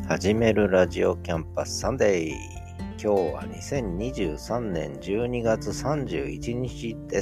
始めるラジオキャンパスサンデー。今日は2023年12月31日です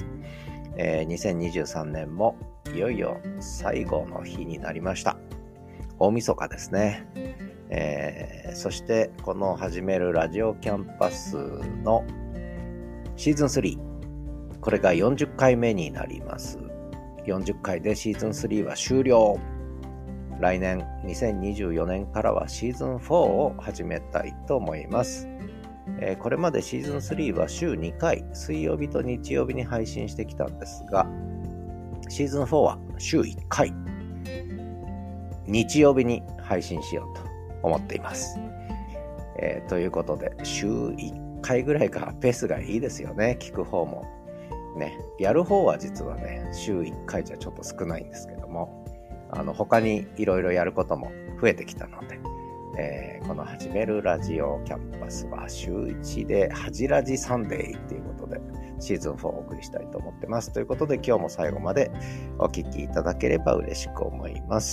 。2023年もいよいよ最後の日になりました。大晦日ですね。そしてこの始めるラジオキャンパスのシーズン3、これが40回目になります。40回でシーズン3は終了。来年2024年からはシーズン4を始めたいと思います。これまでシーズン3は週2回、水曜日と日曜日に配信してきたんですが、シーズン4は週1回、日曜日に配信しようと思っています。ということで、週1回ぐらいがペースがいいですよね、聞く方も。ね、やる方は実はね、週1回じゃちょっと少ないんですけども、他にいろいろやることも増えてきたので、この始めるラジオキャンパスは週1ではじラジサンデーということでシーズン4をお送りしたいと思ってます。ということで今日も最後までお聞きいただければ嬉しく思います。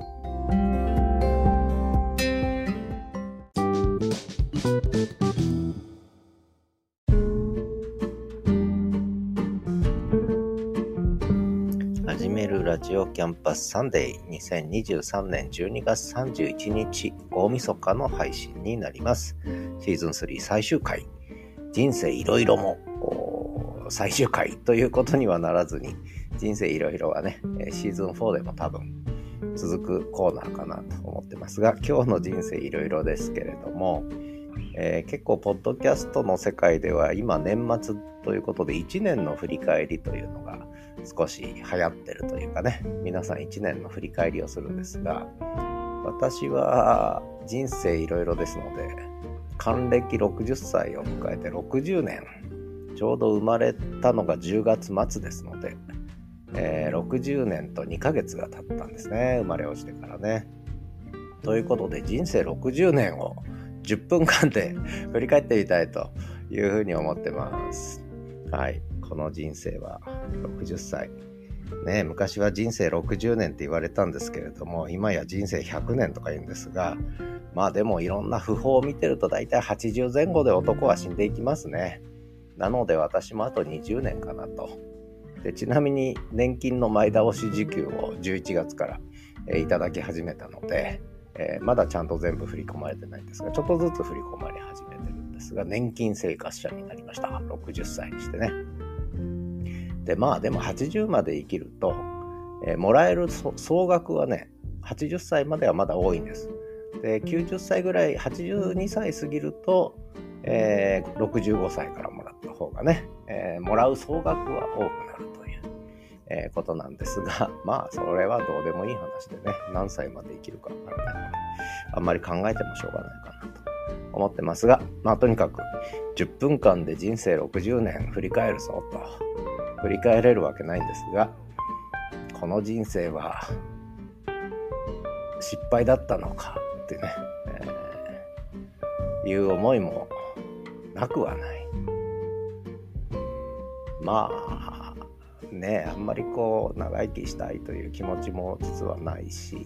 始めるラジオキャンパスサンデー2023年12月31日大晦日の配信になります。シーズン3最終回、人生いろいろも最終回ということにはならずに、人生いろいろはねシーズン4でも多分続くコーナーかなと思ってますが、今日の人生いろいろですけれども、結構ポッドキャストの世界では今年末ということで1年の振り返りというのが少し流行ってるというかね、皆さん1年の振り返りをするんですが、私は人生いろいろですので、還暦60歳を迎えて60年、ちょうど生まれたのが10月末ですので、60年と2ヶ月が経ったんですね、生まれ落ちてからね。ということで人生60年を10分間で振り返ってみたいというふうに思ってます。はい、この人生は60歳ね、昔は人生60年って言われたんですけれども、今や人生100年とか言うんですが、まあでもいろんな訃報を見てると大体80前後で男は死んでいきますね。なので私もあと20年かなと。で、ちなみに年金の前倒し受給を11月からいただき始めたので、まだちゃんと全部振り込まれてないんですが、ちょっとずつ振り込まれ始めてるんですが、年金生活者になりました。60歳にしてね。で、まあでも80まで生きると、もらえる総額はね、80歳まではまだ多いんです。で、90歳ぐらい、82歳過ぎると、65歳からもらった方がね、もらう総額は多くなるという、ことなんですが、まあそれはどうでもいい話でね、何歳まで生きるかわからないので、あんまり考えてもしょうがないかなと思ってますが、まあとにかく10分間で人生60年振り返るぞと、振り返れるわけないんですが、この人生は失敗だったのかってね、いう思いもなくはない。まあね、あんまりこう長生きしたいという気持ちも実はないし、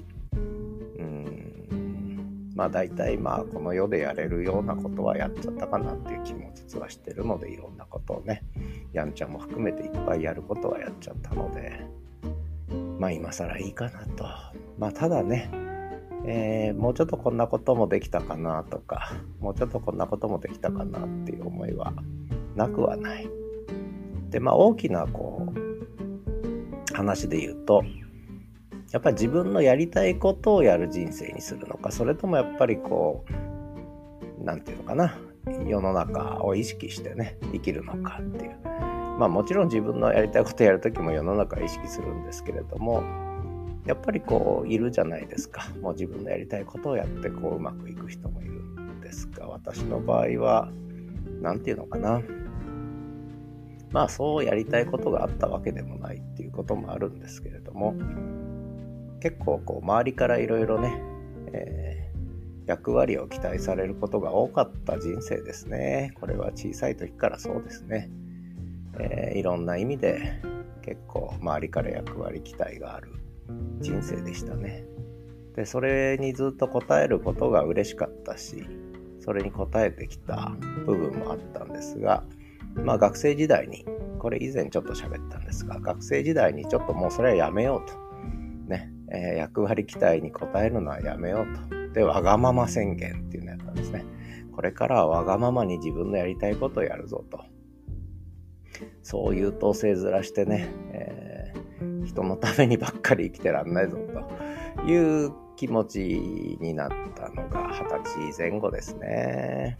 まあ大体まあこの世でやれるようなことはやっちゃったかなっていう気も実はしてるので、いろんなことをね、やんちゃも含めていっぱいやることはやっちゃったので、まあ今更いいかなと。まあただね、もうちょっとこんなこともできたかなとか、もうちょっとこんなこともできたかなっていう思いはなくはない。で、まあ大きなこう話で言うと、やっぱり自分のやりたいことをやる人生にするのか、それともやっぱりこうなんていうのかな、世の中を意識してね生きるのかっていう。まあもちろん自分のやりたいことやるときも世の中を意識するんですけれども、やっぱりこういるじゃないですか。もう自分のやりたいことをやってこううまくいく人もいるんですが、私の場合はなんていうのかな、まあそうやりたいことがあったわけでもないっていうこともあるんですけれども、結構こう周りからいろいろね、役割を期待されることが多かった人生ですね。これは小さい時からそうですね。いろんな意味で結構周りから役割期待がある人生でしたね。 でそれにずっと答えることが嬉しかったし、それに答えてきた部分もあったんですが、学生時代に、これ以前ちょっと喋ったんですが、学生時代にちょっともうそれはやめようとね、役割期待に応えるのはやめようと。で、わがまま宣言っていうのをやったんですね。これからはわがままに自分のやりたいことをやるぞと。そう優等生面してね、人のためにばっかり生きてらんないぞという気持ちになったのが20歳前後ですね。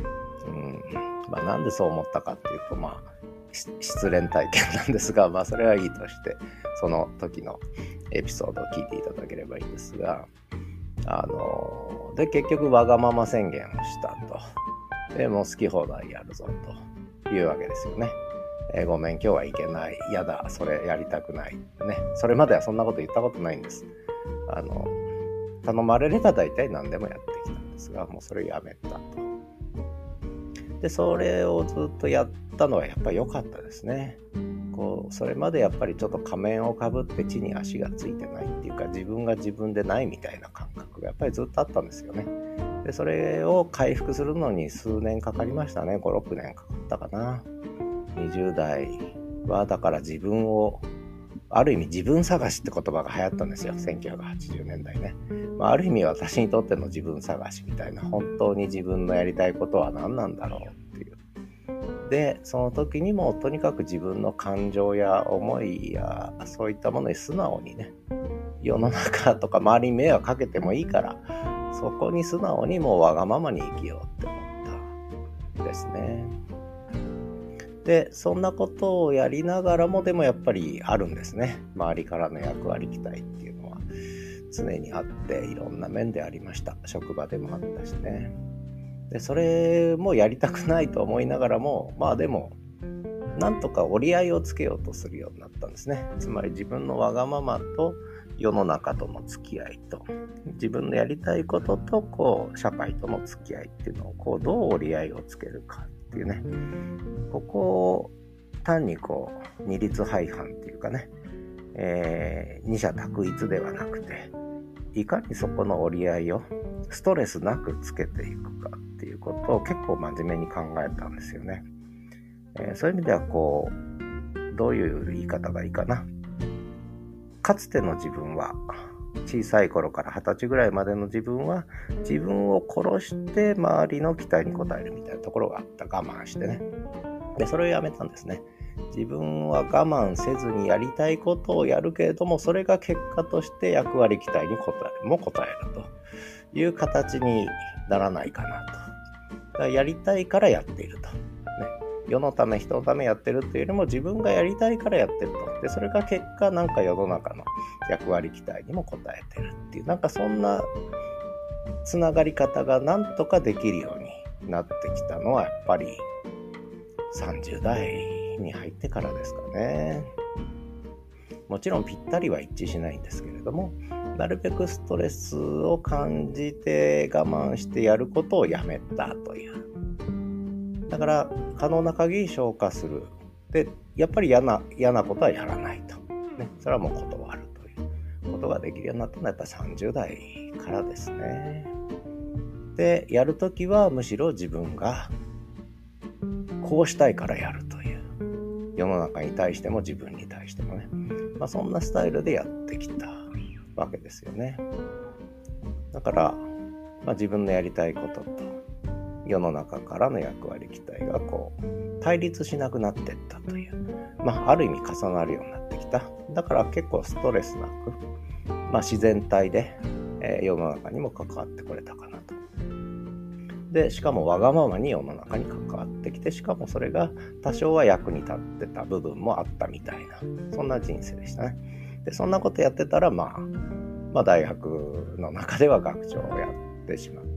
なんでそう思ったかっていうと、失恋体験なんですが、それはいいとして、その時のエピソードを聞いていただければいいんですが、で結局わがまま宣言をしたと。でもう好き放題やるぞというわけですよね。ごめん今日はいけない、やだそれやりたくないね。それまではそんなこと言ったことないんです。頼まれれば大体何でもやってきたんですが、もうそれやめたと。でそれをずっとやったのはやっぱり良かったですね。それまでやっぱりちょっと仮面をかぶって地に足がついてないっていうか、自分が自分でないみたいな感覚がやっぱりずっとあったんですよね。でそれを回復するのに数年かかりましたね。5、6年かかったかな。20代はだから自分を、ある意味自分探しって言葉が流行ったんですよ、1980年代ね。ある意味私にとっての自分探しみたいな、本当に自分のやりたいことは何なんだろうっていう。でその時にもとにかく自分の感情や思いやそういったものに素直にね、世の中とか周りに迷惑かけてもいいから、そこに素直にもうわがままに生きようって思ったですね。でそんなことをやりながらもでもやっぱりあるんですね。周りからの役割期待っていうのは常にあって、いろんな面でありました。職場でもあったしね。でそれもやりたくないと思いながらも、でもなんとか折り合いをつけようとするようになったんですね。つまり自分のわがままと世の中との付き合いと、自分のやりたいことと社会との付き合いっていうのをどう折り合いをつけるかっていうね、ここを単に二律背反っていうかね、二者択一ではなくて、いかにそこの折り合いをストレスなくつけていくかっていうことを結構真面目に考えたんですよね。そういう意味ではどういう言い方がいいかな。かつての自分は、小さい頃から20歳ぐらいまでの自分は自分を殺して周りの期待に応えるみたいなところがあった。我慢してね。でそれをやめたんですね。自分は我慢せずにやりたいことをやるけれども、それが結果として役割期待に応えるという形にならないかなと。だからやりたいからやっていると、世のため人のためやってるっていうよりも自分がやりたいからやってると。でそれが結果なんか世の中の役割期待にも応えてるっていう、なんかそんなつながり方がなんとかできるようになってきたのはやっぱり30代に入ってからですかね。もちろんぴったりは一致しないんですけれども、なるべくストレスを感じて我慢してやることをやめたという。だから可能な限り消化する。でやっぱり嫌なことはやらないと、それはもう断るということができるようになったのはやっぱり30代からですね。でやるときはむしろ自分がこうしたいからやるという、世の中に対しても自分に対してもね、そんなスタイルでやってきたわけですよね。だから、自分のやりたいことと世の中からの役割期待が対立しなくなっていったという、ある意味重なるようになってきた。だから結構ストレスなく、自然体で、世の中にも関わってこれたかなと。でしかもわがままに世の中に関わってきて、しかもそれが多少は役に立ってた部分もあったみたいな、そんな人生でしたね。でそんなことやってたら大学の中では学長をやってしまって、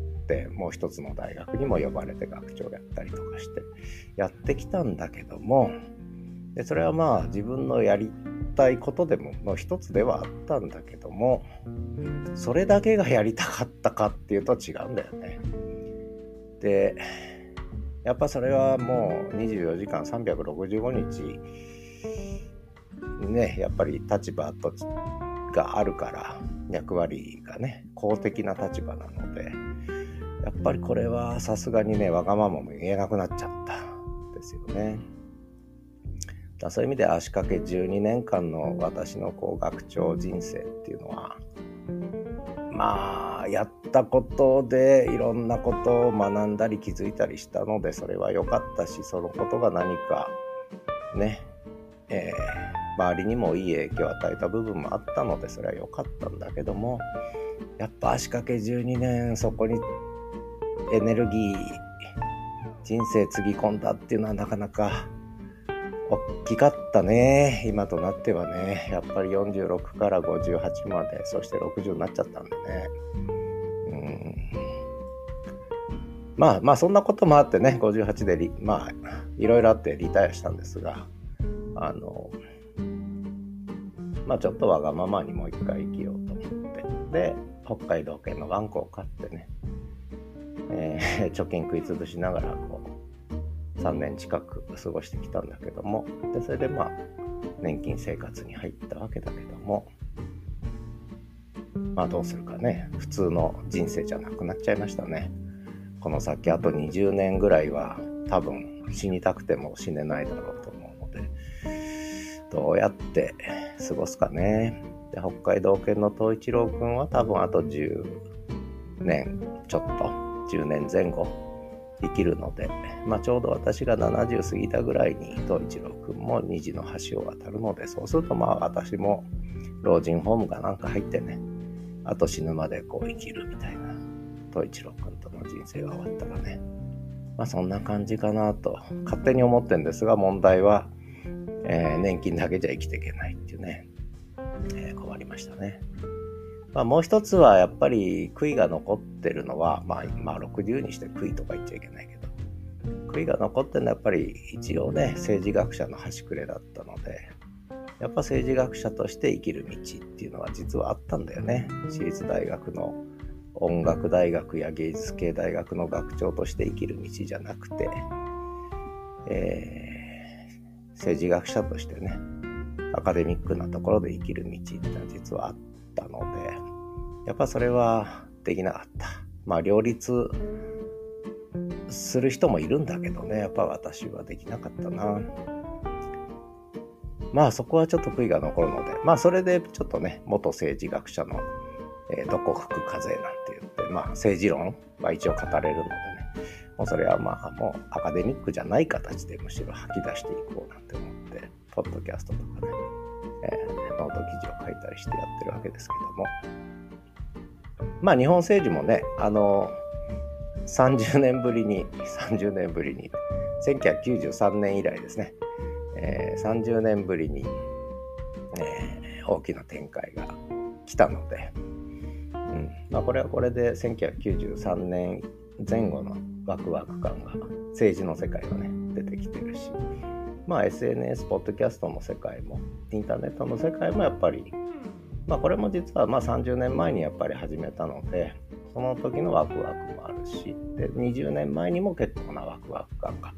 もう一つの大学にも呼ばれて学長をやったりとかしてやってきたんだけども、でそれは自分のやりたいことでもの一つではあったんだけども、それだけがやりたかったかっていうと違うんだよね。でやっぱそれはもう24時間365日ね、やっぱり立場とがあるから、役割がね公的な立場なので、やっぱりこれはさすがにねわがままも言えなくなっちゃったんですよね。そういう意味で足掛け12年間の私の学長人生っていうのは、やったことでいろんなことを学んだり気づいたりしたので、それは良かったし、そのことが何かね、周りにもいい影響を与えた部分もあったので、それは良かったんだけども、やっぱ足掛け12年そこにエネルギー人生つぎ込んだっていうのはなかなか大きかったね。今となってはね、やっぱり46から58まで、そして60になっちゃったんでね。そんなこともあってね、58でいろいろあってリタイアしたんですが、ちょっとわがままにもう一回生きようと思って、で北海道犬のワンコを飼ってね、貯金食いつぶしながら3年近く過ごしてきたんだけども、でそれで年金生活に入ったわけだけども、どうするかね、普通の人生じゃなくなっちゃいましたね。この先あと20年ぐらいは多分死にたくても死ねないだろうと思うので、どうやって過ごすかね。で北海道犬の東一郎くんは多分あと10年ちょっと10年前後生きるので、ちょうど私が70過ぎたぐらいに東一郎くんも虹の橋を渡るので、そうすると私も老人ホームかなんか入ってね、あと死ぬまで生きるみたいな、東一郎くんとの人生が終わったらね、そんな感じかなと勝手に思ってるんですが、問題は、年金だけじゃ生きていけないっていうね、困りましたね。もう一つはやっぱり悔いが残ってるのは、60にして悔いとか言っちゃいけないけど、悔いが残ってるのはやっぱり一応ね、政治学者の端くれだったので、やっぱ政治学者として生きる道っていうのは実はあったんだよね。私立大学の音楽大学や芸術系大学の学長として生きる道じゃなくて、政治学者としてね、アカデミックなところで生きる道っていうのは実はあったので、やっぱそれはできなかった。両立する人もいるんだけどね、やっぱ私はできなかったな。そこはちょっと悔いが残るので、それでちょっとね、元政治学者のどこ吹く風なんて言って、政治論は一応語れるのでね、もうそれはもうアカデミックじゃない形でむしろ吐き出していこうなんて思って、ポッドキャストとかね、ノート記事を書いたりしてやってるわけですけども、日本政治もね、30年ぶりに1993年以来ですね、30年ぶりに、大きな展開が来たので、これはこれで1993年前後のワクワク感が政治の世界はね出てきてるし、SNS ポッドキャストの世界もインターネットの世界もやっぱりこれも実は30年前にやっぱり始めたので、その時のワクワクもあるし、で20年前にも結構なワクワク感が、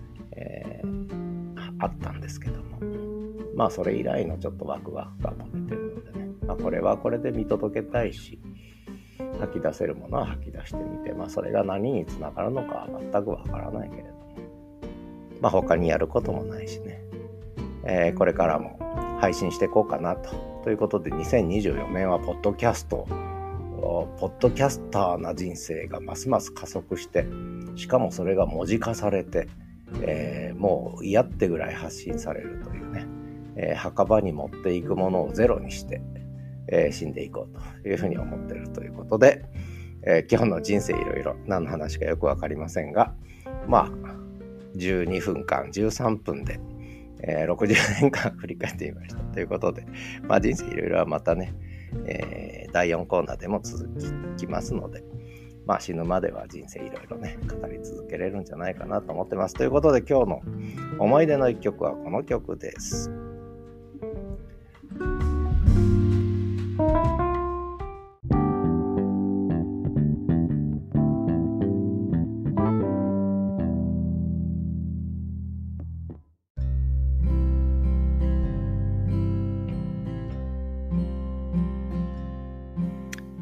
あったんですけども、それ以来のちょっとワクワク感も出てるのでね、これはこれで見届けたいし、吐き出せるものは吐き出してみて、それが何につながるのかは全くわからないけれども、他にやることもないしね、これからも配信していこうかなということで、2024年はポッドキャスターな人生がますます加速して、しかもそれが文字化されて、もう嫌ってぐらい発信されるというね、墓場に持っていくものをゼロにして、死んでいこうというふうに思っているということで、今日の人生いろいろ何の話かよくわかりませんが、12分間13分で、60年間振り返ってみましたということで、人生いろいろはまたね、第4コーナーでも続きますので、死ぬまでは人生いろいろね語り続けれるんじゃないかなと思ってます。ということで、今日の思い出の一曲はこの曲です。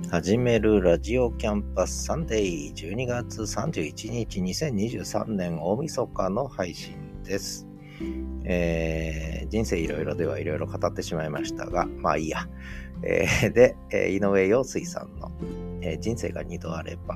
始めるラジオキャンパスサンデー12月31日2023年大晦日の配信です。人生いろいろではいろいろ語ってしまいましたが、まあいいや。で、井上陽水さんの、人生が2度あれば、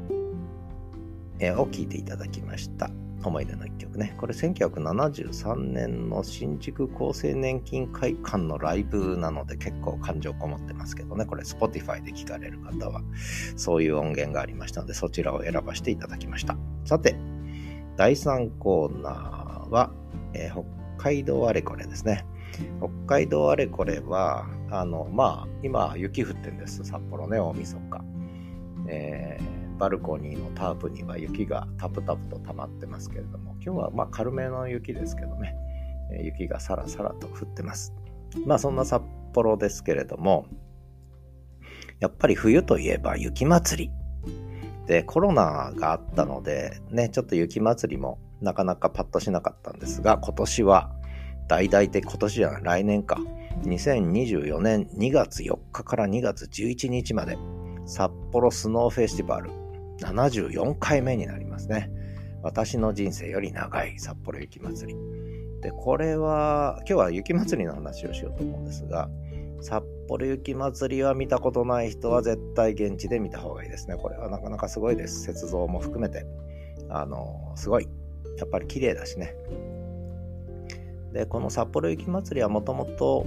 を聞いていただきました。思い出の一曲ね。これ1973年の新宿厚生年金会館のライブなので結構感情こもってますけどね。これ Spotify で聞かれる方はそういう音源がありましたので、そちらを選ばせていただきました。さて、第3コーナーは、北海道あれこれですね。北海道あれこれは今雪降ってんです。札幌ね、大晦日。バルコニーのタープには雪がタプタプと溜まってますけれども、今日は軽めの雪ですけどね、雪がさらさらと降ってます。そんな札幌ですけれども、やっぱり冬といえば雪祭りで、コロナがあったのでね、ちょっと雪祭りもなかなかパッとしなかったんですが、今年は大々的、今年じゃない来年か、2024年2月4日から2月11日まで札幌スノーフェスティバル74回目になりますね。私の人生より長い札幌雪まつりで、これは今日は雪まつりの話をしようと思うんですが、札幌雪まつりは見たことない人は絶対現地で見た方がいいですね。これはなかなかすごいです。雪像も含めてすごいやっぱり綺麗だしね。で、この札幌雪まつりはもともと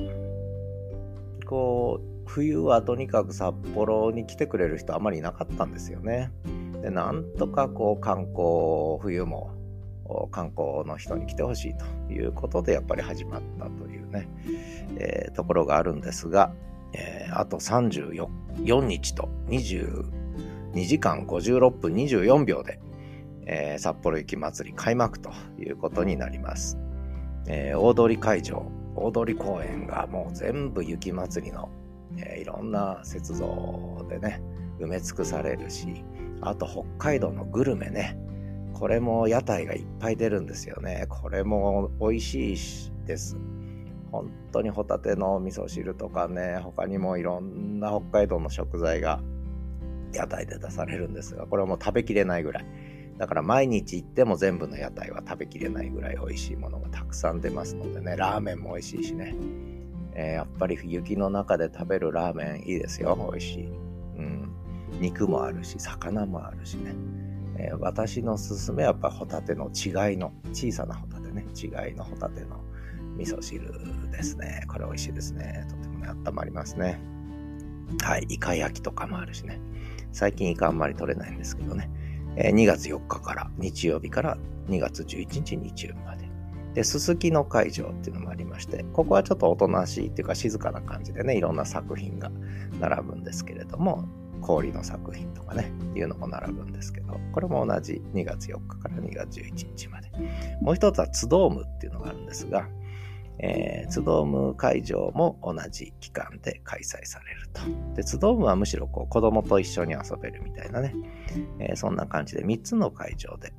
冬はとにかく札幌に来てくれる人あまりいなかったんですよね。で、なんとか観光、冬も観光の人に来てほしいということでやっぱり始まったというね、ところがあるんですが、あと34日と22時間56分24秒で、札幌雪まつり開幕ということになります。大通会場、大通公園がもう全部雪まつりの、いろんな雪像でね埋め尽くされるし、あと北海道のグルメね、これも屋台がいっぱい出るんですよね。これも美味しいです。本当にホタテの味噌汁とかね、他にもいろんな北海道の食材が屋台で出されるんですが、これはもう食べきれないぐらい。だから毎日行っても全部の屋台は食べきれないぐらい美味しいものがたくさん出ますのでね、ラーメンも美味しいしね、やっぱり雪の中で食べるラーメンいいですよ。美味しい。肉もあるし魚もあるしね、私のすすめはやっぱホタテの違いの小さなホタテね、違いのホタテの味噌汁ですね。これ美味しいですね。とてもね、温まりますね。はい、イカ焼きとかもあるしね。最近イカあんまり取れないんですけどね。2月4日から日曜日から2月11日日曜日まで。で、すすきの会場っていうのもありまして、ここはちょっとおとなしいっていうか静かな感じでね、いろんな作品が並ぶんですけれども、氷の作品とかねっていうのも並ぶんですけど、これも同じ2月4日から2月11日まで。もう一つはツドームっていうのがあるんですが、ツドーム会場も同じ期間で開催されると。で、ツドームはむしろ子供と一緒に遊べるみたいなね、そんな感じで3つの会場で、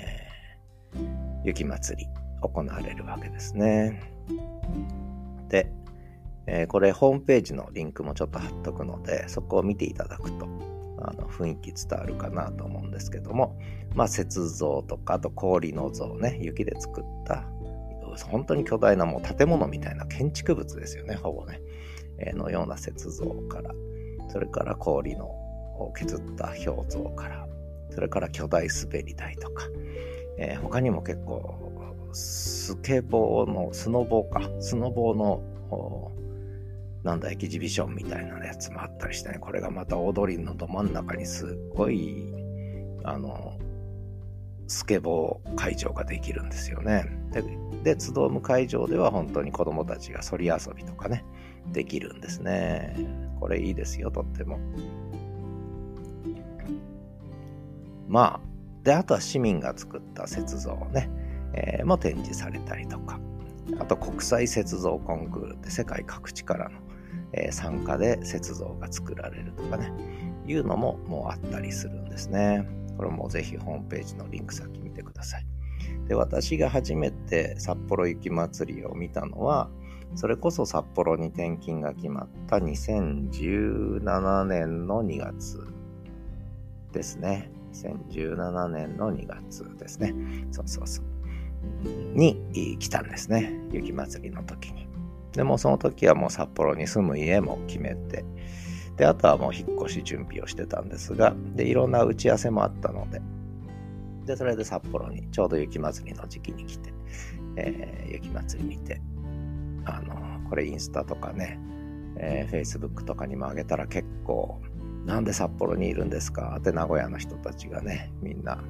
雪まつり行われるわけですね。で、これホームページのリンクもちょっと貼っとくので、そこを見ていただくと雰囲気伝わるかなと思うんですけども、雪像とか、あと氷の像ね、雪で作った本当に巨大なもう建物みたいな建築物ですよね、ほぼね、のような雪像から、それから氷の削った氷像から、それから巨大滑り台とか、他にも結構スノボーのエキシビションみたいなやつもあったりしてね、これがまた大通りのど真ん中にすっごいスケボー会場ができるんですよね。で、ツドーム会場では本当に子供たちがそり遊びとかねできるんですね。これいいですよ、とっても。で、あとは市民が作った雪像ね、も展示されたりとか、あと国際雪像コンクールって世界各地からの、参加で雪像が作られるとかね、いうのももうあったりするんですね。これもぜひホームページのリンク先見てください。で、私が初めて札幌雪まつりを見たのはそれこそ札幌に転勤が決まった2017年の2月ですね。2017年の2月ですね。に来たんですね。雪まつりの時に。でもその時はもう札幌に住む家も決めて、で、あとはもう引っ越し準備をしてたんですが、で、いろんな打ち合わせもあったので、で、それで札幌にちょうど雪まつりの時期に来て、雪まつり見て、これインスタとかね、Facebook とかにも上げたら結構、なんで札幌にいるんですかって名古屋の人たちがね、みんな、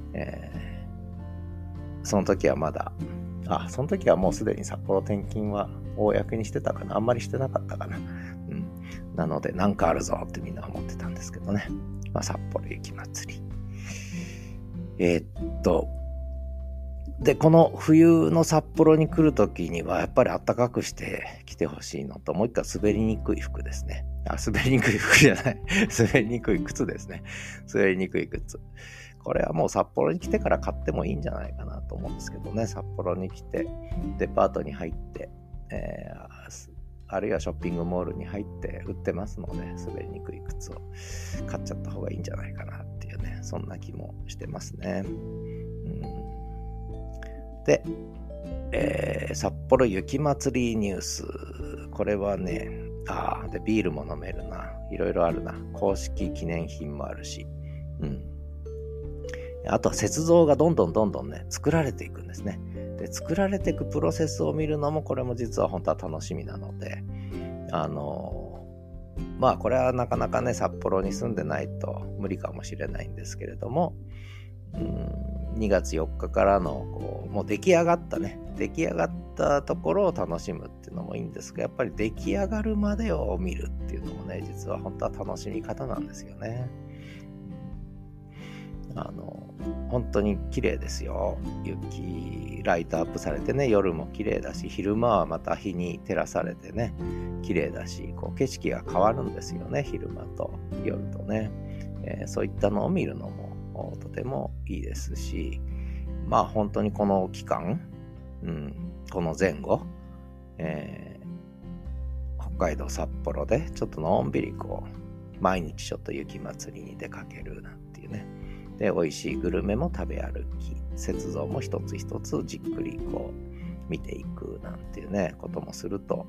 その時はまだ、その時はもうすでに札幌転勤は公にしてたかな、あんまりしてなかったかな。なので、なんかあるぞってみんな思ってたんですけどね。札幌雪まつり。で、この冬の札幌に来るときには、やっぱり暖かくして来てほしいのと、もう一回滑りにくい服ですね。滑りにくい服じゃない。滑りにくい靴ですね。滑りにくい靴。これはもう札幌に来てから買ってもいいんじゃないかなと思うんですけどね。札幌に来て、デパートに入って、あるいはショッピングモールに入って売ってますので、滑りにくい靴を買っちゃった方がいいんじゃないかなっていうね、そんな気もしてますね。で、札幌雪まつりニュース。これはね、で、ビールも飲めるな。いろいろあるな。公式記念品もあるし。あとは雪像がどんどんね、作られていくんですね。で、作られていくプロセスを見るのも、これも実は本当は楽しみなので、これはなかなかね、札幌に住んでないと無理かもしれないんですけれども、2月4日からのもう出来上がったところを楽しむっていうのもいいんですが、やっぱり出来上がるまでを見るっていうのもね、実は本当は楽しみ方なんですよね。本当に綺麗ですよ。雪ライトアップされてね、夜も綺麗だし、昼間はまた日に照らされてね、綺麗だし、景色が変わるんですよね、昼間と夜とね。そういったのを見るのもとてもいいですし、本当にこの期間、この前後、北海道札幌でちょっとのんびり毎日ちょっと雪まつりに出かけるなんていうね。で、美味しいグルメも食べ歩き、雪像も一つ一つじっくり見ていくなんていうね、こともすると、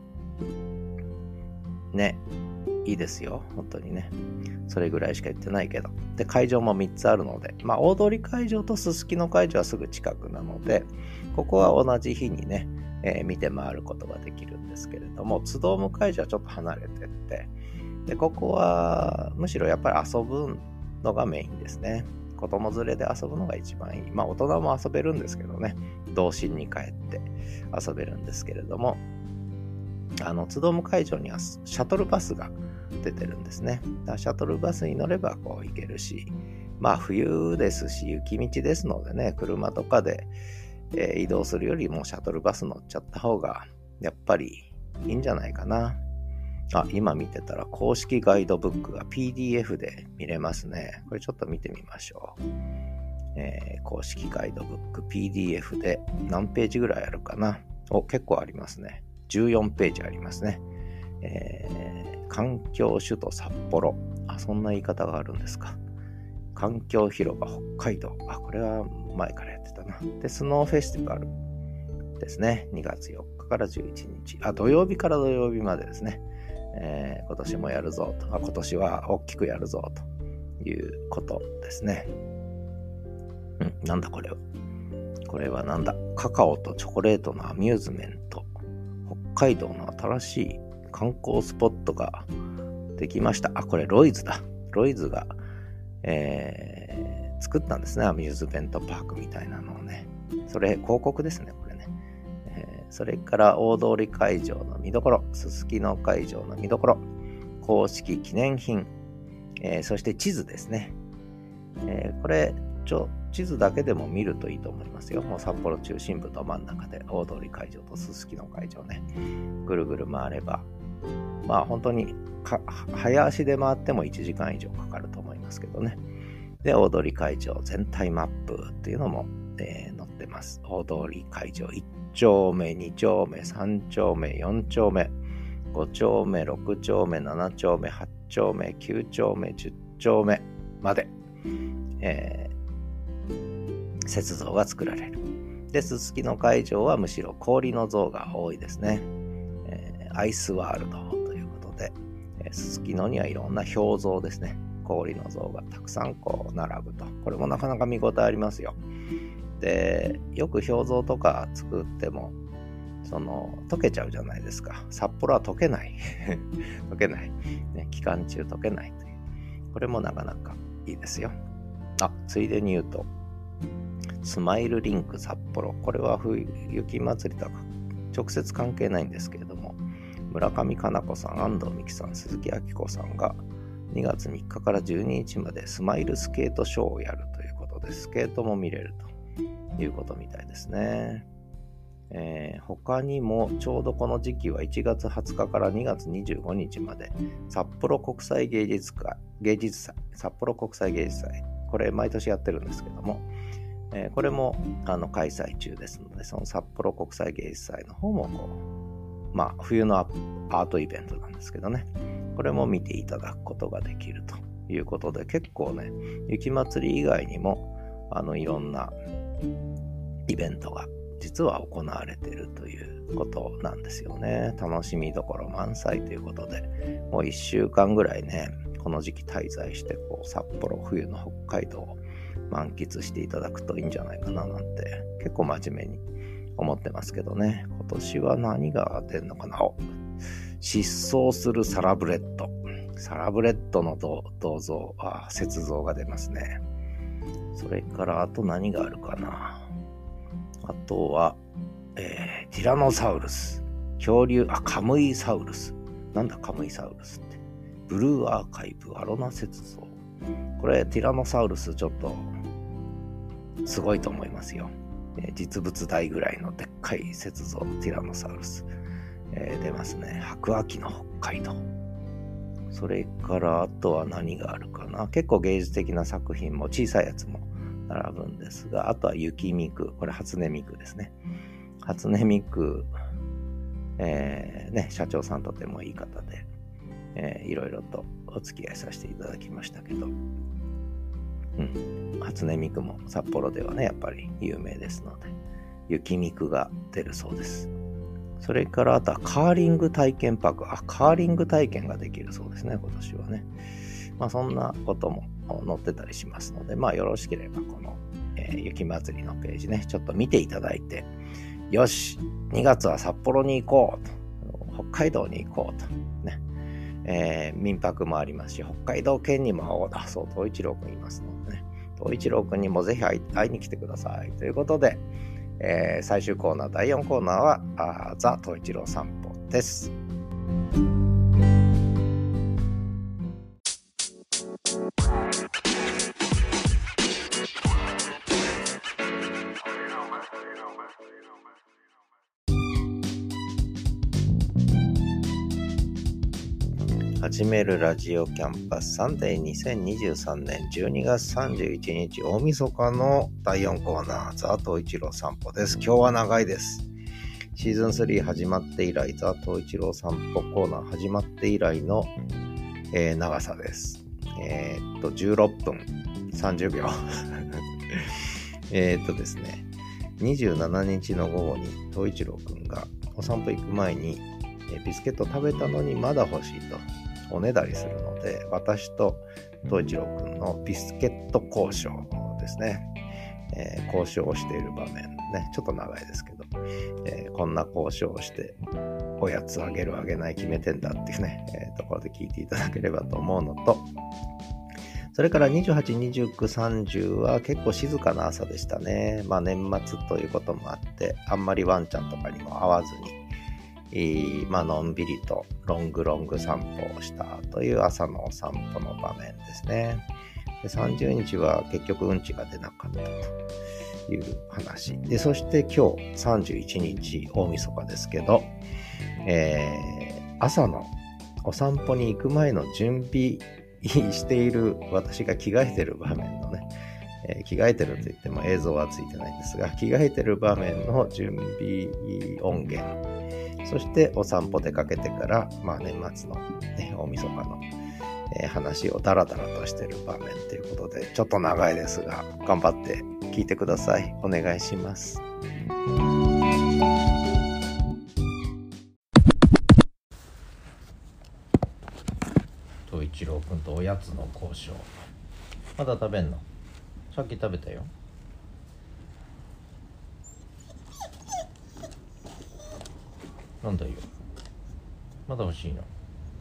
ね、いいですよ、本当にね。それぐらいしか言ってないけど。で、会場も3つあるので、大通会場とすすきの会場はすぐ近くなので、ここは同じ日にね、見て回ることができるんですけれども、津ドーム会場はちょっと離れてって、で、ここはむしろやっぱり遊ぶのがメインですね。子供連れで遊ぶのが一番いい。大人も遊べるんですけどね、童心に帰って遊べるんですけれども、津ドーム会場にはシャトルバスが出てるんですね。シャトルバスに乗れば行けるし、冬ですし雪道ですのでね、車とかで、移動するよりもシャトルバス乗っちゃった方がやっぱりいいんじゃないかな。今見てたら公式ガイドブックが PDF で見れますね。これちょっと見てみましょう。公式ガイドブック PDF で何ページぐらいあるかな。結構ありますね。14ページありますね。環境首都札幌。そんな言い方があるんですか。環境広場北海道。これは前からやってたな。で、スノーフェスティバルですね。2月4日から11日。土曜日から土曜日までですね。今年もやるぞと。今年は大きくやるぞということですね。なんだこれは。これはなんだ。カカオとチョコレートのアミューズメント。北海道の新しい観光スポットができました。これロイズだ。ロイズが、作ったんですね。アミューズメントパークみたいなのをね。それ広告ですね、これね。それから大通会場の見どころ、すすきの会場の見どころ、公式記念品、そして地図ですね。これ地図だけでも見るといいと思いますよ。もう札幌中心部と真ん中で大通会場とすすきの会場ね、ぐるぐる回れば、本当に早足で回っても1時間以上かかると思いますけどね。で、大通会場全体マップっていうのも、載ってってます。大通会場1丁目、2丁目、3丁目、4丁目、5丁目、6丁目、7丁目、8丁目、9丁目、10丁目まで、雪像が作られる。で、すすきの会場はむしろ氷の像が多いですね。アイスワールドということで、すすきのにはいろんな氷像ですね。氷の像がたくさんこう並ぶと。これもなかなか見応えありますよ。で、よく氷像とか作っても、溶けちゃうじゃないですか。札幌は溶けない。溶けない。ね、期間中溶けないという。これもなかなかいいですよ。ついでに言うと、スマイルリンク札幌。これは雪祭りとは直接関係ないんですけれども、村上佳菜子さん、安藤美希さん、鈴木明子さんが2月3日から12日までスマイルスケートショーをやるということで、スケートも見れるということみたいですね。他にもちょうどこの時期は1月20日から2月25日まで札幌国際芸術祭、札幌国際芸術祭、これ毎年やってるんですけども、これも開催中ですので、その札幌国際芸術祭の方も冬のアートイベントなんですけどね、これも見ていただくことができるということで、結構ね、雪まつり以外にもいろんなイベントが実は行われているということなんですよね。楽しみどころ満載ということで、もう1週間ぐらいね、この時期滞在して札幌、冬の北海道を満喫していただくといいんじゃないかななんて結構真面目に思ってますけどね。今年は何が出るのかな。疾走するサラブレッドの銅像、雪像が出ますね。それからあと何があるかな。あとは、ティラノサウルス、恐竜、カムイサウルス。なんだカムイサウルスって。ブルーアーカイブ、アロナ雪像。これティラノサウルスちょっとすごいと思いますよ。実物大ぐらいのでっかい雪像ティラノサウルス、出ますね。白亜紀の北海道。それからあとは何があるかな。結構芸術的な作品も小さいやつも並ぶんですが、あとは雪見区、これ初音ミクですね。初音ミク、社長さんとてもいい方で、いろいろとお付き合いさせていただきましたけど、初音ミクも札幌ではねやっぱり有名ですので、雪見区が出るそうです。それからあとはカーリング体験パーク、カーリング体験ができるそうですね、今年はね。そんなことも載ってたりしますので、よろしければこの、雪まつりのページね、ちょっと見ていただいて、よし、2月は札幌に行こうと、北海道に行こうとね、民泊もありますし、北海道県にもそう東一郎くんいますのでね、東一郎くんにもぜひ会いに来てくださいということで、最終コーナー第4コーナーはザ・東一郎散歩です。始めるラジオキャンパスサンデー2023年12月31日大晦日の第4コーナーザ・東一郎散歩です。今日は長いです。シーズン3始まって以来、ザ・東一郎散歩コーナー始まって以来の、長さです。16分30秒ですね、27日の午後に東一郎くんがお散歩行く前にビスケット食べたのにまだ欲しいとおねだりするので、私と東一郎くんのビスケット交渉ですね、交渉をしている場面ね、ちょっと長いですけど、こんな交渉をしておやつあげるあげない決めてんだっていうね、ところで聞いていただければと思うのと、それから28、29、30は結構静かな朝でしたね。年末ということもあってあんまりワンちゃんとかにも会わずに、のんびりとロング散歩をしたという朝のお散歩の場面ですね。で30日は結局うんちが出なかったという話で、そして今日31日大晦日ですけど、朝のお散歩に行く前の準備している私が着替えてる場面のね、 着替えてると言っても映像はついてないんですが、着替えてる場面の準備音源、そしてお散歩出かけてから、年末の、大晦日の、話をダラダラとしてる場面ということで、ちょっと長いですが頑張って聞いてください。お願いします。東一郎くんとおやつの交渉。まだ食べんの？さっき食べたよ。なんだよ、まだ欲しいの？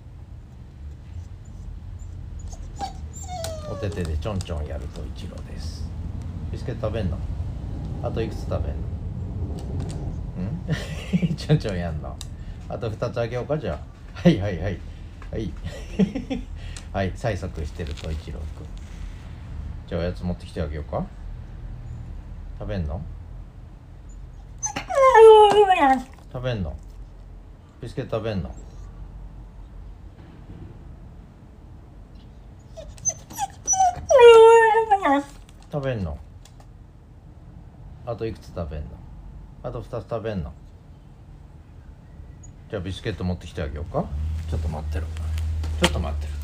お手手でちょんちょんやると一郎です。ビスケット食べんの？あといくつ食べんの？ちょんちょんやんの？あと2つあげようか。じゃあはいはいはいはいはい催促してると一郎くん。じゃあおやつ持ってきてあげようか。食べんの？食べんの？ビスケット食べんの？食べんの？あといくつ食べんの？あと2つ食べんの？じゃあビスケット持ってきてあげようか。ちょっと待ってる。ちょっと待ってる。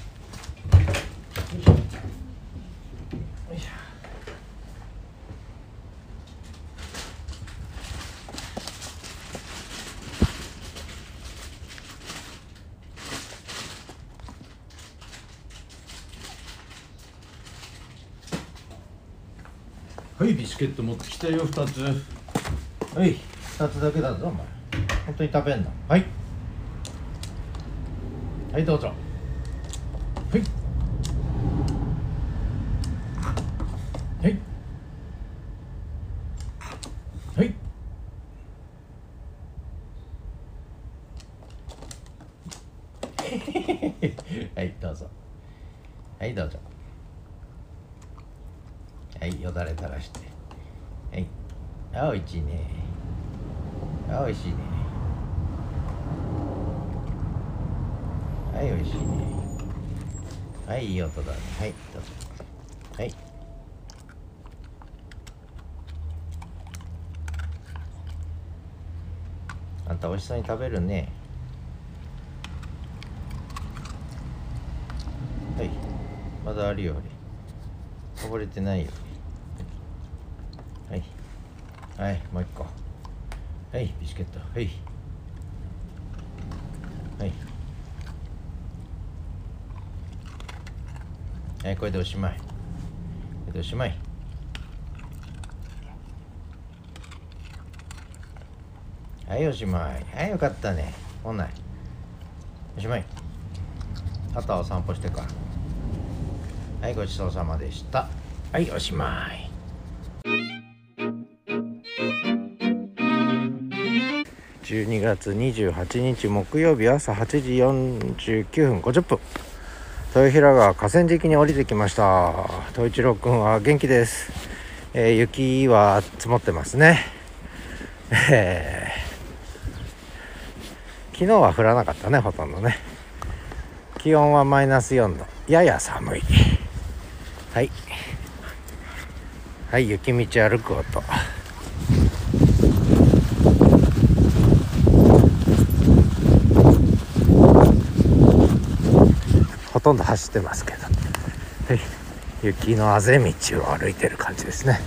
はい、ビスケット持ってきたよ、2つ。はい、2つだけだぞ、お前。本当に食べんの？はい。はい、どうぞ。はい。はい。はい。はい、どうぞ。はい、どうぞ。はい、よだれ垂らして。はい。あ、おいしいね。あ、おいしいね。はい、おいしいね。はい、いい音だね。はい、どうぞ。はい。あんた美味しそうに食べるね。はい。まだあるよ、こぼれてないよ。はい。はい、もう一個。はい、ビスケット。はい。はい。はい、これでおしまい。これでおしまい。はい、おしまい。はい、よかったね。ほんない。おしまい。あとはお散歩してから。はい、ごちそうさまでした。はい、おしまい。12月28日木曜日朝8時49分50分。豊平川河川敷に降りてきました。東一郎くんは元気です。雪は積もってますね。昨日は降らなかったね、ほとんどね。気温はマイナス4度、やや寒い。はい。はい、雪道歩く音。ほとんど走ってますけど、はい、雪のあぜ道を歩いてる感じですね。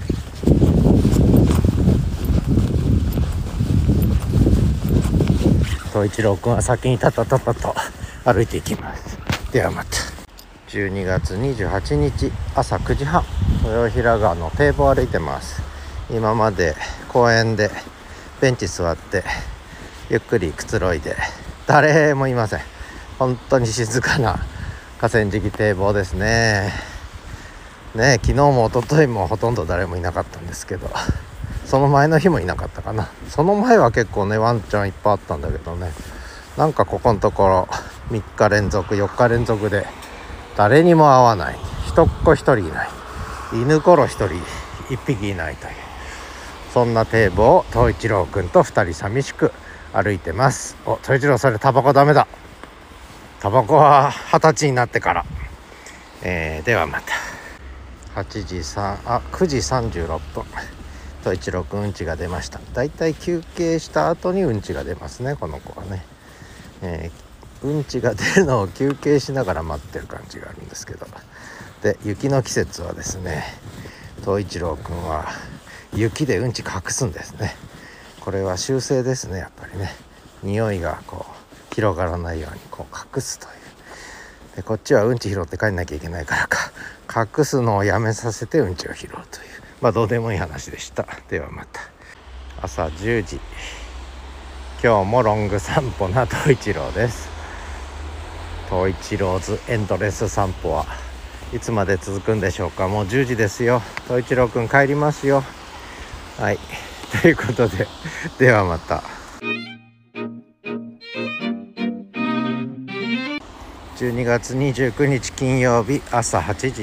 東一郎くんは先にタタタタと歩いていきます。ではまた。12月28日朝9時半、豊平川の堤防を歩いてます。今まで公園でベンチ座ってゆっくりくつろいで、誰もいません。本当に静かな河川敷堤防ですね。昨日も一昨日もほとんど誰もいなかったんですけど、その前の日もいなかったかな。その前は結構ね、ワンちゃんいっぱいあったんだけどね、なんかここのところ3日連続4日連続で誰にも会わない、人っ子一人いない、犬ころ一人一匹いないという、そんな堤防を東一郎くんと2人寂しく歩いてます。東一郎、それタバコダメだ。タバコは20歳になってから。ではまた。 9時36分と一郎くんうんちが出ました。だいたい休憩した後にうんちが出ますね、この子はね。うんちが出るのを休憩しながら待ってる感じがあるんですけど、で雪の季節はですね、東一郎くんは雪でうんち隠すんですね。これは習性ですね、やっぱりね。匂いがこう広がらないようにこう隠すという。でこっちはうんち拾って帰んなきゃいけないからか隠すのをやめさせてうんちを拾うという、どうでもいい話でした。ではまた。朝10時、今日もロング散歩な東一郎です。東一郎ズエンドレス散歩はいつまで続くんでしょうか。もう10時ですよ。東一郎くん帰りますよ。はい、ということでではまた。12月29日金曜日、朝8時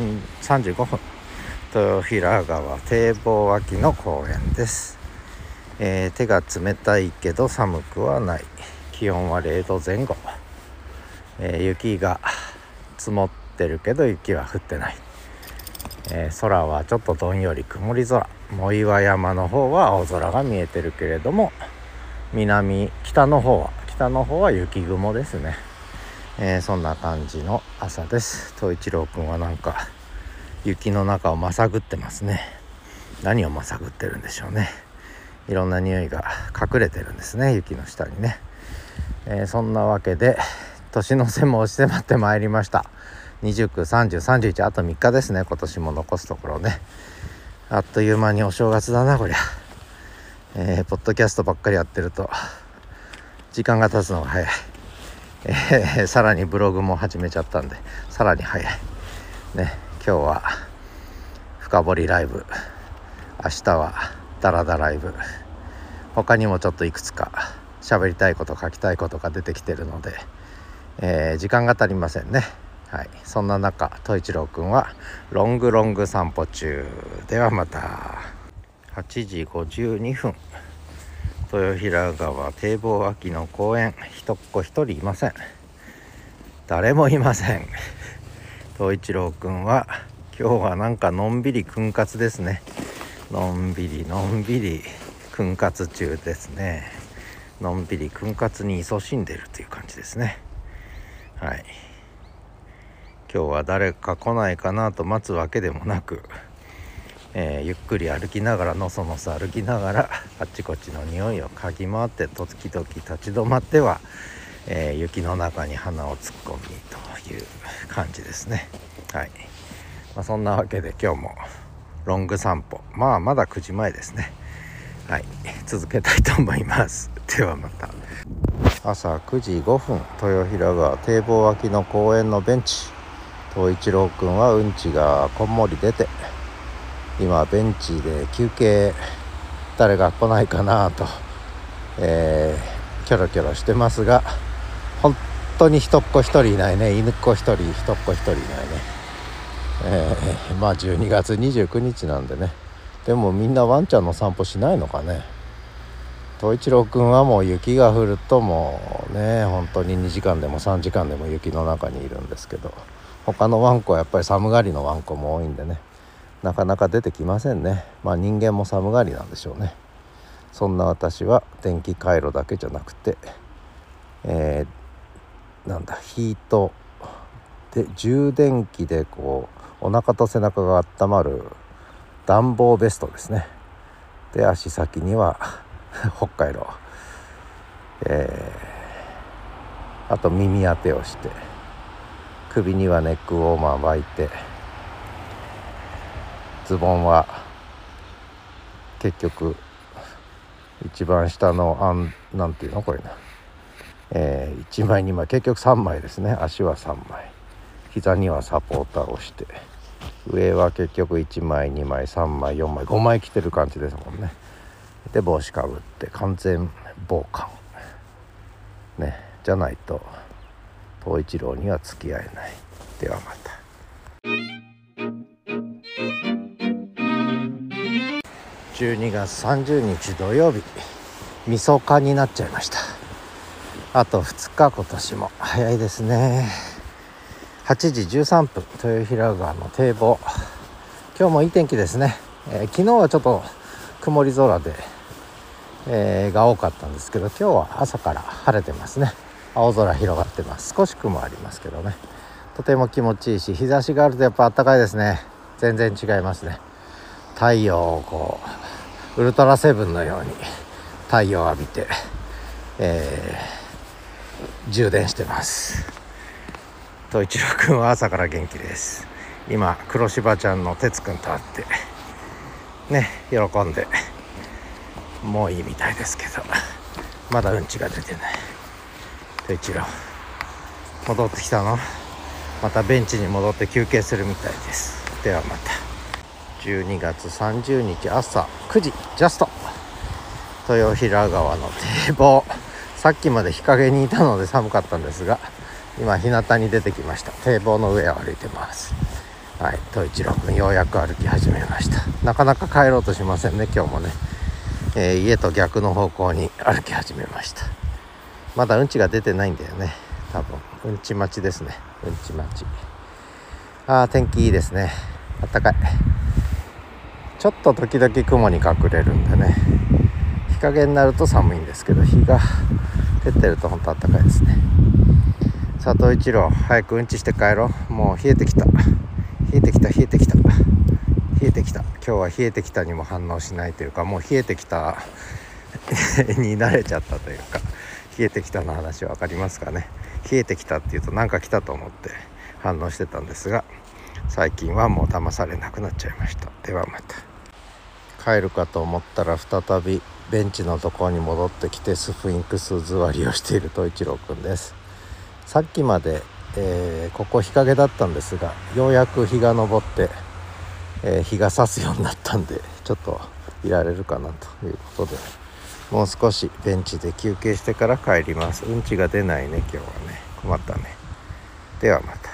35分、豊平川堤防脇の公園です。手が冷たいけど寒くはない。気温は0度前後。雪が積もってるけど雪は降ってない。空はちょっとどんより曇り空。藻岩山の方は青空が見えてるけれども、北の方は雪雲ですね。そんな感じの朝です。東一郎くんはなんか雪の中をまさぐってますね。何をまさぐってるんでしょうね。いろんな匂いが隠れてるんですね、雪の下にね。そんなわけで年の瀬も押し迫ってまいりました。29、30、31、あと3日ですね。今年も残すところね。あっという間にお正月だなこりゃ。ポッドキャストばっかりやってると時間が経つのが早い。さらにブログも始めちゃったんでさらに早いね。今日は深掘りライブ、明日はダラダライブ、他にもちょっといくつか喋りたいこと書きたいことが出てきてるので、時間が足りませんね。はい、そんな中東一郎くんはロング散歩中。ではまた。8時52分、豊平川堤防脇の公園、一人いません。誰もいません。東一郎くんは今日はなんかのんびり訓活ですね。のんびり訓活中ですね。のんびり訓活に勤しんでるという感じですね。はい、今日は誰か来ないかなと待つわけでもなく、ゆっくり歩きながらのそのそ歩きながらあっちこっちの匂いを嗅ぎ回って、時々立ち止まっては、雪の中に鼻を突っ込みという感じですね。はい、そんなわけで今日もロング散歩、まだ9時前ですね。はい、続けたいと思います。ではまた。朝9時5分、豊平川堤防脇の公園のベンチ。東一郎くんはうんちがこんもり出て、今ベンチで休憩、誰が来ないかなと、キョロキョロしてますが、本当に一人いないね。犬っ子一人いないね。12月29日なんでね。でもみんなワンちゃんの散歩しないのかね。東一郎くんはもう雪が降るともうね、本当に2時間でも3時間でも雪の中にいるんですけど、他のワンコはやっぱり寒がりのワンコも多いんでね、なかなか出てきませんね。人間も寒がりなんでしょうね。そんな私は電気回路だけじゃなくて、ヒートで充電器でこうお腹と背中が温まる暖房ベストですね。で足先には北海道、あと耳当てをして、首にはネックウォーマー巻いて、ズボンは結局一番下のなんていうのこれな、1枚2枚結局3枚ですね。足は3枚、膝にはサポーターをして、上は結局1枚2枚3枚4枚5枚着てる感じですもんね。で帽子かぶって完全防寒ね、じゃないと東一郎には付き合えない。ではまた。12月30日土曜日、みそかになっちゃいました。あと2日、今年も早いですね。8時13分、豊平川の堤防、 今日もいい天気ですね。昨日はちょっと曇り空で、が多かったんですけど、今日は朝から晴れてますね。青空広がってます。少し雲ありますけどね、とても気持ちいいし、日差しがあるとやっぱ暖かいですね。全然違いますね。太陽をこうウルトラセブンのように太陽を浴びて、充電してます。と一郎くんは朝から元気です。今黒柴ちゃんの哲くんと会ってね、喜んでもういいみたいですけど、まだうんちが出てない。と一郎戻ってきたの？またベンチに戻って休憩するみたいです。ではまた。12月30日朝9時ジャスト、豊平川の堤防、さっきまで日陰にいたので寒かったんですが、今日向に出てきました。堤防の上を歩いてます。はい、と一郎くんようやく歩き始めました。なかなか帰ろうとしませんね、今日もね。家と逆の方向に歩き始めました。まだうんちが出てないんだよね、多分。うんち待ちですね、うんち待ち。天気いいですね。あったかい。ちょっと時々雲に隠れるんでね、日陰になると寒いんですけど、日が照ってると本当あったかいですね。佐藤一郎、早くうんちして帰ろう。もう冷えてきた。冷えてきた。今日は冷えてきたにも反応しないというか、もう冷えてきたに慣れちゃったというか、冷えてきたの話分かりますかね。冷えてきたっていうとなんか来たと思って反応してたんですが、最近はもう騙されなくなっちゃいました。ではまた。帰るかと思ったら再びベンチのところに戻ってきて、スフィンクス座りをしている東一郎くんです。さっきまで、ここ日陰だったんですが、ようやく日が昇って、日が差すようになったんで、ちょっといられるかなということで、もう少しベンチで休憩してから帰ります。うんちが出ないね、今日はね。困ったね。ではまた。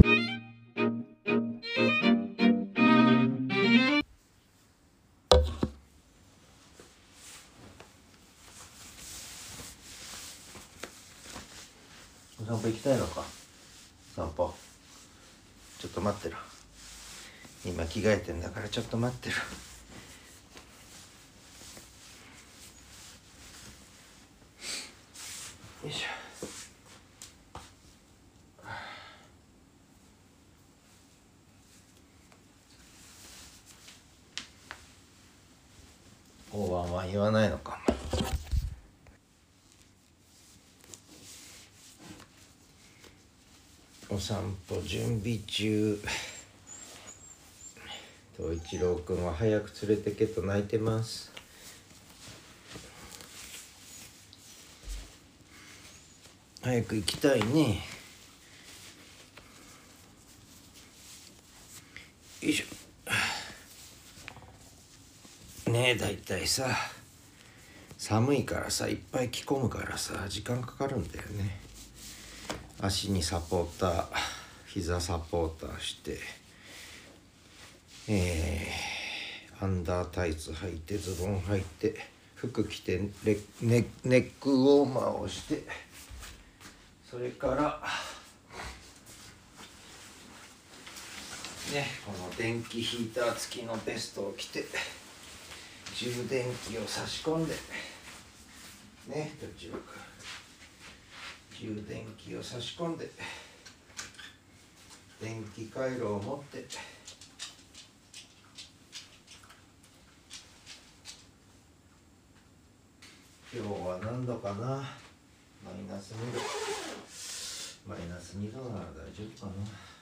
お散歩行きたいのか。散歩ちょっと待ってろ。今着替えてんだからちょっと待ってろ。よいしょ。大番は言わないのか。お散歩準備中。東一郎くんは早く連れてけと泣いてます。早く行きたいね。よいしょ。ねえ、だいたいさ、寒いからさ、いっぱい着込むからさ、時間かかるんだよね。足にサポーター、膝サポーターして、アンダータイツ履いて、ズボン履いて、服着て、ネックウォーマーをして、それからね、この電気ヒーター付きのベストを着て、充電器を差し込んでね、どちらか充電器を差し込んで、電気回路を持って、今日は何度かな。マイナス2度。マイナス2度なら大丈夫かな。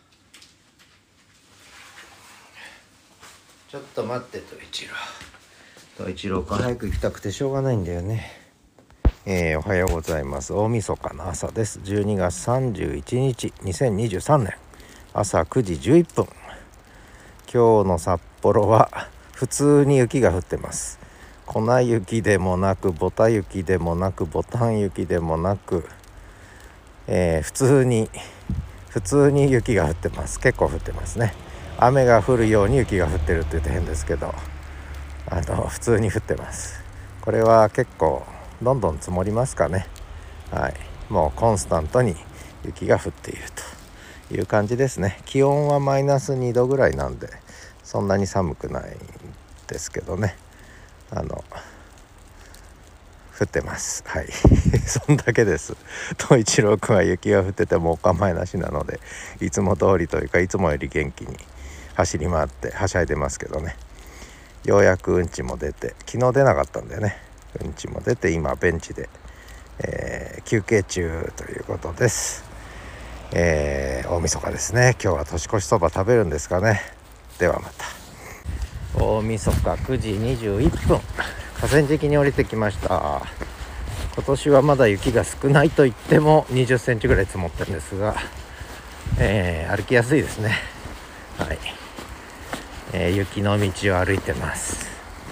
ちょっと待って、東一郎くん早く行きたくてしょうがないんだよね。おはようございます。大晦日の朝です。12月31日2023年朝9時11分。今日の札幌は普通に雪が降ってます。粉雪でもなく、ボタ雪でもなく、ボタン雪でもなく、普通に雪が降ってます。結構降ってますね。雨が降るように雪が降ってるって言って変ですけど、普通に降ってます。これは結構どんどん積もりますかね。はい、もうコンスタントに雪が降っているという感じですね。気温はマイナス2度ぐらいなんで、 そんなに寒くないですけどね、降ってます。はいそんだけです。東一郎くんは雪が降っててもお構いなしなので、いつも通りというかいつもより元気に走り回ってはしゃいでますけどね。ようやくうんちも出て、昨日出なかったんだよね。うんちも出て今ベンチで、休憩中ということです。大晦日ですね。今日は年越しそば食べるんですかね。ではまた。大晦日9時21分、河川敷に降りてきました。今年はまだ雪が少ないと言っても20センチぐらい積もってるんですが、歩きやすいですね。はい、雪の道を歩いてます。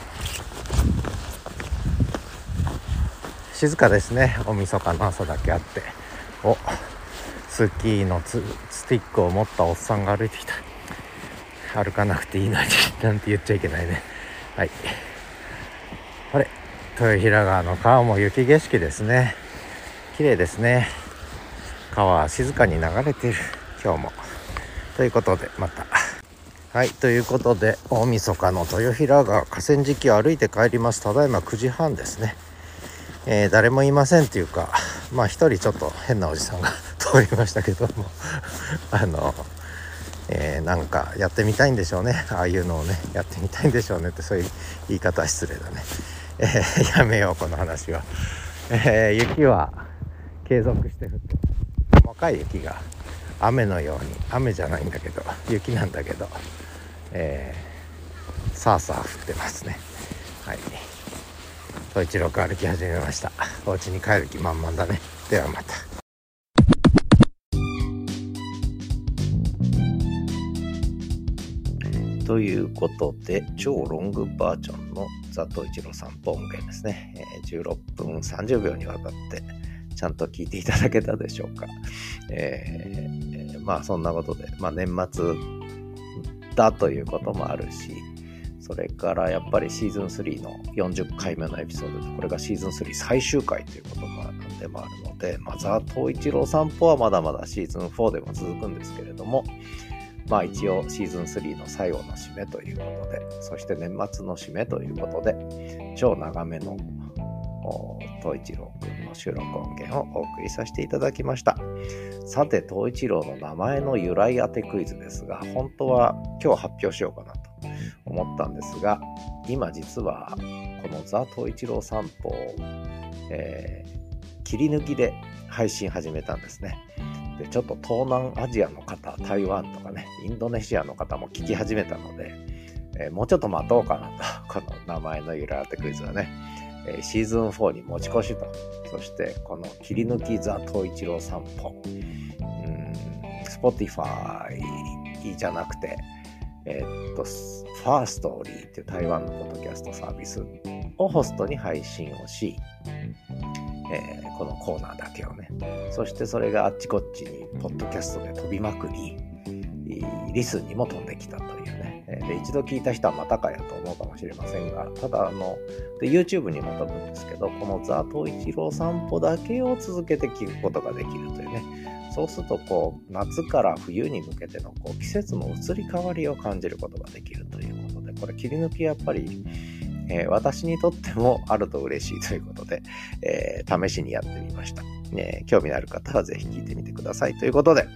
静かですね。大晦日の朝だけあって、スキーのスティックを持ったおっさんが歩いてきた。歩かなくていいのになんて言っちゃいけないね。はい、あれ、豊平川の川も雪景色ですね。綺麗ですね。川は静かに流れている今日も。ということでまた。はい、ということで大晦日の豊平川河川敷を歩いて帰ります。ただいま9時半ですね。誰もいませんというか、一人ちょっと変なおじさんが通りましたけどもなんかやってみたいんでしょうね。ああいうのをねやってみたいんでしょうねって、そういう言い方は失礼だね。やめようこの話は。雪は継続して降ってます。細かい雪が雨のように、雨じゃないんだけど雪なんだけど、さあさあ降ってますね。はい、東一郎く歩き始めました。お家に帰る気満々だね。ではまた。ということで超ロングバージョンのザ・東一郎散歩音源ですね。16分30秒にわたってちゃんと聞いていただけたでしょうか。そんなことで、年末だということもあるし、それからやっぱりシーズン3の40回目のエピソードで、これがシーズン3最終回ということでもあるので、ザ・東一郎散歩はまだまだシーズン4でも続くんですけれども、一応シーズン3の最後の締めということで、そして年末の締めということで、超長めの東一郎くんの収録音源をお送りさせていただきました。さて、東一郎の名前の由来当てクイズですが、本当は今日発表しようかなと思ったんですが、今実はこのザ・東一郎散歩を、切り抜きで配信始めたんですね。でちょっと東南アジアの方、台湾とかね、インドネシアの方も聞き始めたので、もうちょっと待とうかなと。この名前の由来当てクイズはね、シーズン4に持ち越しと。そしてこの切り抜きザ・東一郎散歩、Spotify じゃなくて、ファーストーリーっていう台湾のポッドキャストサービスをホストに配信をし、このコーナーだけをね、そしてそれがあっちこっちにポッドキャストで飛びまくり、リスンにも飛んできたというね。で一度聞いた人はまたかやと思うかもしれませんが、ただで YouTube にも飛ぶんですけど、このザ・東一郎散歩だけを続けて聞くことができるというね。そうすると夏から冬に向けての季節の移り変わりを感じることができるということで、これ切り抜きやっぱり私にとってもあると嬉しいということで、試しにやってみました。興味のある方はぜひ聞いてみてくださいということで、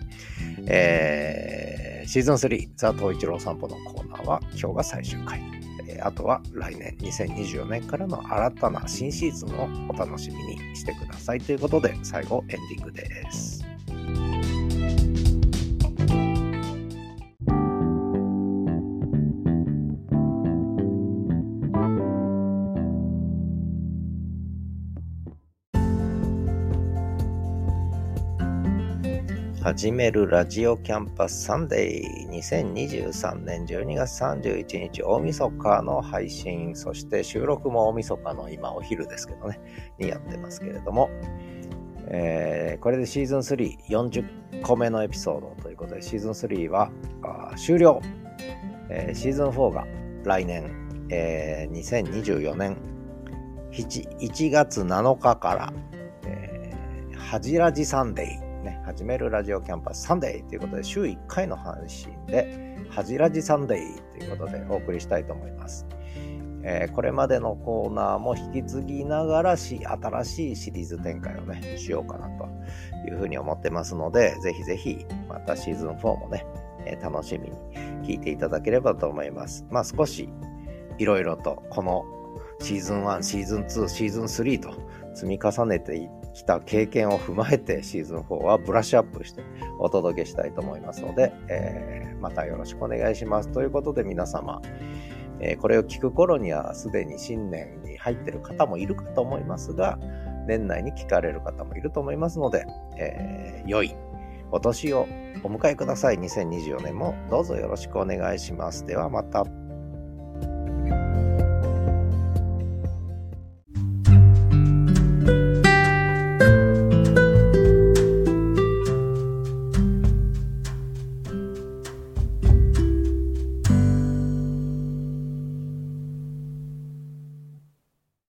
シーズン3ザ・東一郎散歩のコーナーは今日が最終回。あとは来年2024年からの新たな新シーズンをお楽しみにしてくださいということで、最後エンディングです。始めるラジオキャンパスサンデー2023年12月31日大晦日の配信、そして収録も大晦日の今お昼ですけどねにやってますけれども、これでシーズン3 40個目のエピソードということで、シーズン3は終了。シーズン4が来年、2024年1月7日から、はじらじサンデー始めるラジオキャンパスサンデーということで、週1回の配信ではじらじサンデーということでお送りしたいと思います。これまでのコーナーも引き継ぎながら新しいシリーズ展開をねしようかなというふうに思ってますので、ぜひぜひまたシーズン4もね、楽しみに聞いていただければと思います。少しいろいろとこのシーズン1、シーズン2、シーズン3と積み重ねてきた経験を踏まえてシーズン4はブラッシュアップしてお届けしたいと思いますので、またよろしくお願いします。ということで皆様、これを聞く頃にはすでに新年に入っている方もいるかと思いますが、年内に聞かれる方もいると思いますので、良いお年をお迎えください。2024年もどうぞよろしくお願いします。ではまた。